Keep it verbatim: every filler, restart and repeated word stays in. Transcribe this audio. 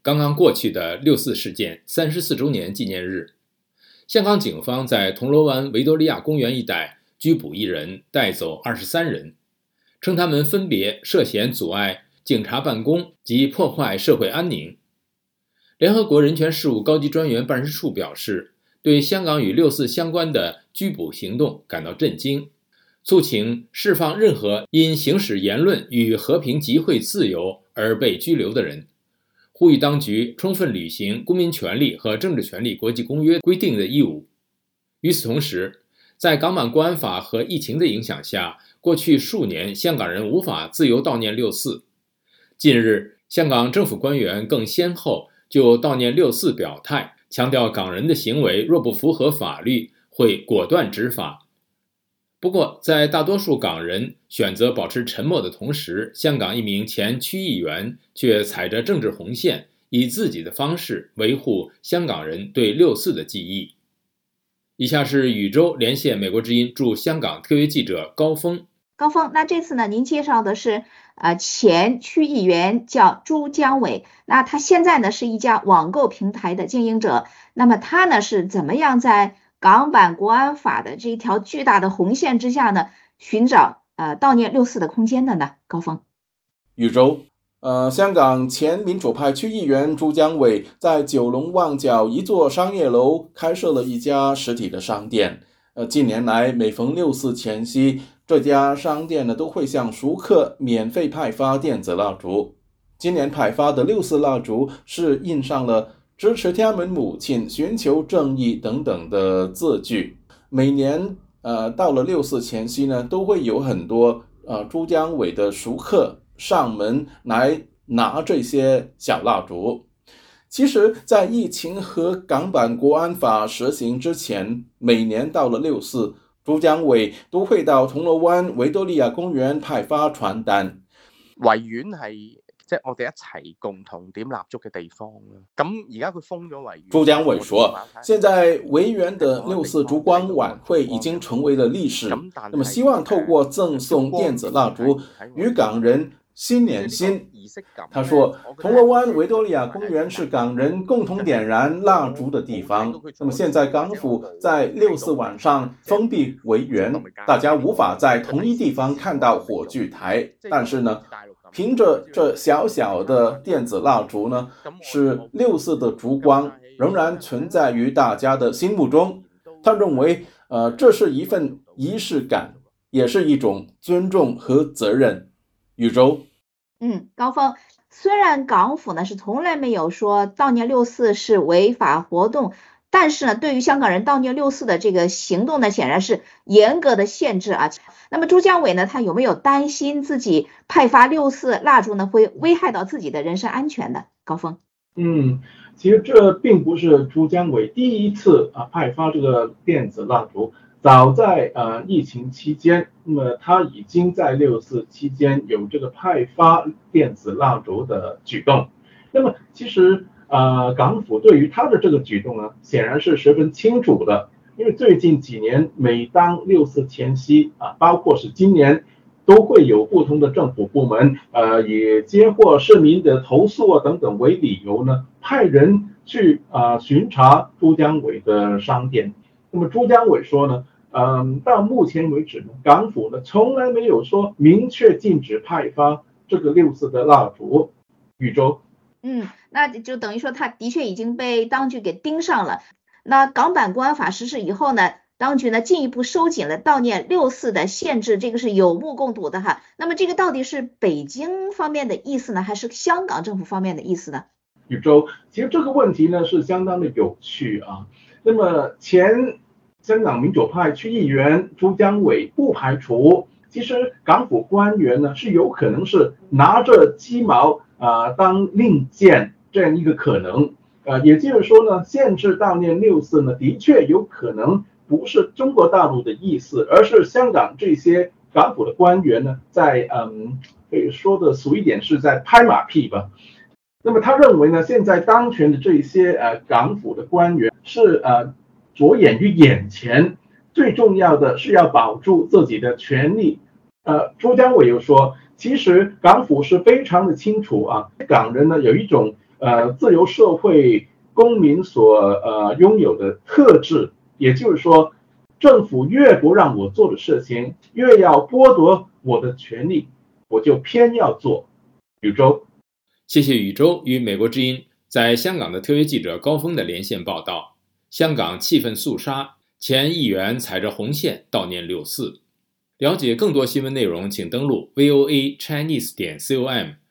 刚刚过去的六四事件三十四周年纪念日，香港警方在铜锣湾维多利亚公园一带拘捕一人，带走二十三人，称他们分别涉嫌阻碍警察办公及破坏社会安宁。联合国人权事务高级专员办事处表示，对香港与六四相关的拘捕行动感到震惊，促请释放任何因行使言论与和平集会自由而被拘留的人，呼吁当局充分履行公民权利和政治权利国际公约规定的义务。与此同时，在港版国安法和疫情的影响下，过去数年香港人无法自由悼念六四。近日，香港政府官员更先后就悼念六四表态，强调港人的行为若不符合法律，会果断执法。不过，在大多数港人选择保持沉默的同时，香港一名前区议员却踩着政治红线，以自己的方式维护香港人对六四的记忆。以下是宇宙连线美国之音驻香港特约记者高峰。 高峰，那这次呢，您介绍的是呃前区议员叫朱江伟，那他现在呢是一家网购平台的经营者，那么他呢是怎么样在港版国安法的这一条巨大的红线之下呢，寻找呃悼念六四的空间的呢？高峰， 宇宙，呃，香港前民主派区议员朱江伟在九龙旺角一座商业楼开设了一家实体的商店。呃，近年来每逢六四前夕，这家商店呢都会向熟客免费派发电子蜡烛。今年派发的六四蜡烛是印上了支持天安门母亲、寻求正义等等的字句。每年呃到了六四前夕呢，都会有很多呃朱江伟的熟客上门来拿这些小蜡烛。其实在疫情和港版國安法實行之前，每年到了六四，朱江偉都會到銅鑼灣維多利亞公園派發傳單。 維園係即係我哋一齊共同點蠟燭嘅地方。咁而家佢封咗維園。 朱江偉說，現在維園的六四燭光晚會已經成為了歷史，那麼希望透過贈送電子蠟燭與港人新年新。他說，銅鑼灣維多利亞公園是港人共同點燃蠟燭的地方。那麼現在港府在六四晚上封閉維園，大家無法在同一地方看到火炬台，但是呢，憑着這小小的電子蠟燭呢，使六四的燭光仍然存在於大家的心目中。他認為，呃，這是一份儀式感，也是一種尊重和責任。宇宙， 嗯，高峰，虽然港府呢是从来没有说悼念六四是违法活动，但是呢，对于香港人悼念六四的这个行动呢，显然是严格的限制啊。那么朱江伟呢，他有没有担心自己派发六四蜡烛呢，会危害到自己的人身安全呢？高峰， 嗯，其实这并不是朱江伟第一次啊派发这个电子蜡烛。早在呃疫情期间，那么他已经在六四期间有这个派发电子蜡烛的举动。那么其实呃港府对于他的这个举动呢，显然是十分清楚的，因为最近几年每当六四前夕啊，包括是今年，都会有不同的政府部门呃以接获市民的投诉啊等等为理由呢，派人去啊、呃、巡查朱江伟的商店。那么朱江伟说呢，嗯，到目前为止呢，港府呢从来没有说明确禁止派发这个六四的蜡烛。宇宙， 嗯，那就等于说他的确已经被当局给盯上了。那港版国安法实施以后呢，当局呢进一步收紧了悼念六四的限制，这个是有目共睹的哈。那么这个到底是北京方面的意思呢，还是香港政府方面的意思呢？ 宇宙，其实这个问题呢是相当的有趣啊。那么前香港民主派区议员朱江伟不排除，其实港府官员呢是有可能是拿着鸡毛啊、呃、当令箭这样一个可能，呃，也就是说呢，限制悼念六四呢，的确有可能不是中国大陆的意思，而是香港这些港府的官员呢，在嗯，可以说的俗一点是在拍马屁吧。那么他认为呢，现在当权的这些呃港府的官员是呃着眼于眼前，最重要的是要保住自己的权利。呃，朱江伟又说，其实港府是非常的清楚啊，港人呢有一种呃自由社会公民所呃拥有的特质，也就是说，政府越不让我做的事情，越要剥夺我的权利，我就偏要做。宇宙， 谢谢宇宙与美国之音在香港的特约记者高峰的连线报道。香港气氛肃杀，前议员踩着红线悼念六四。了解更多新闻内容，请登录 V O A Chinese 点 com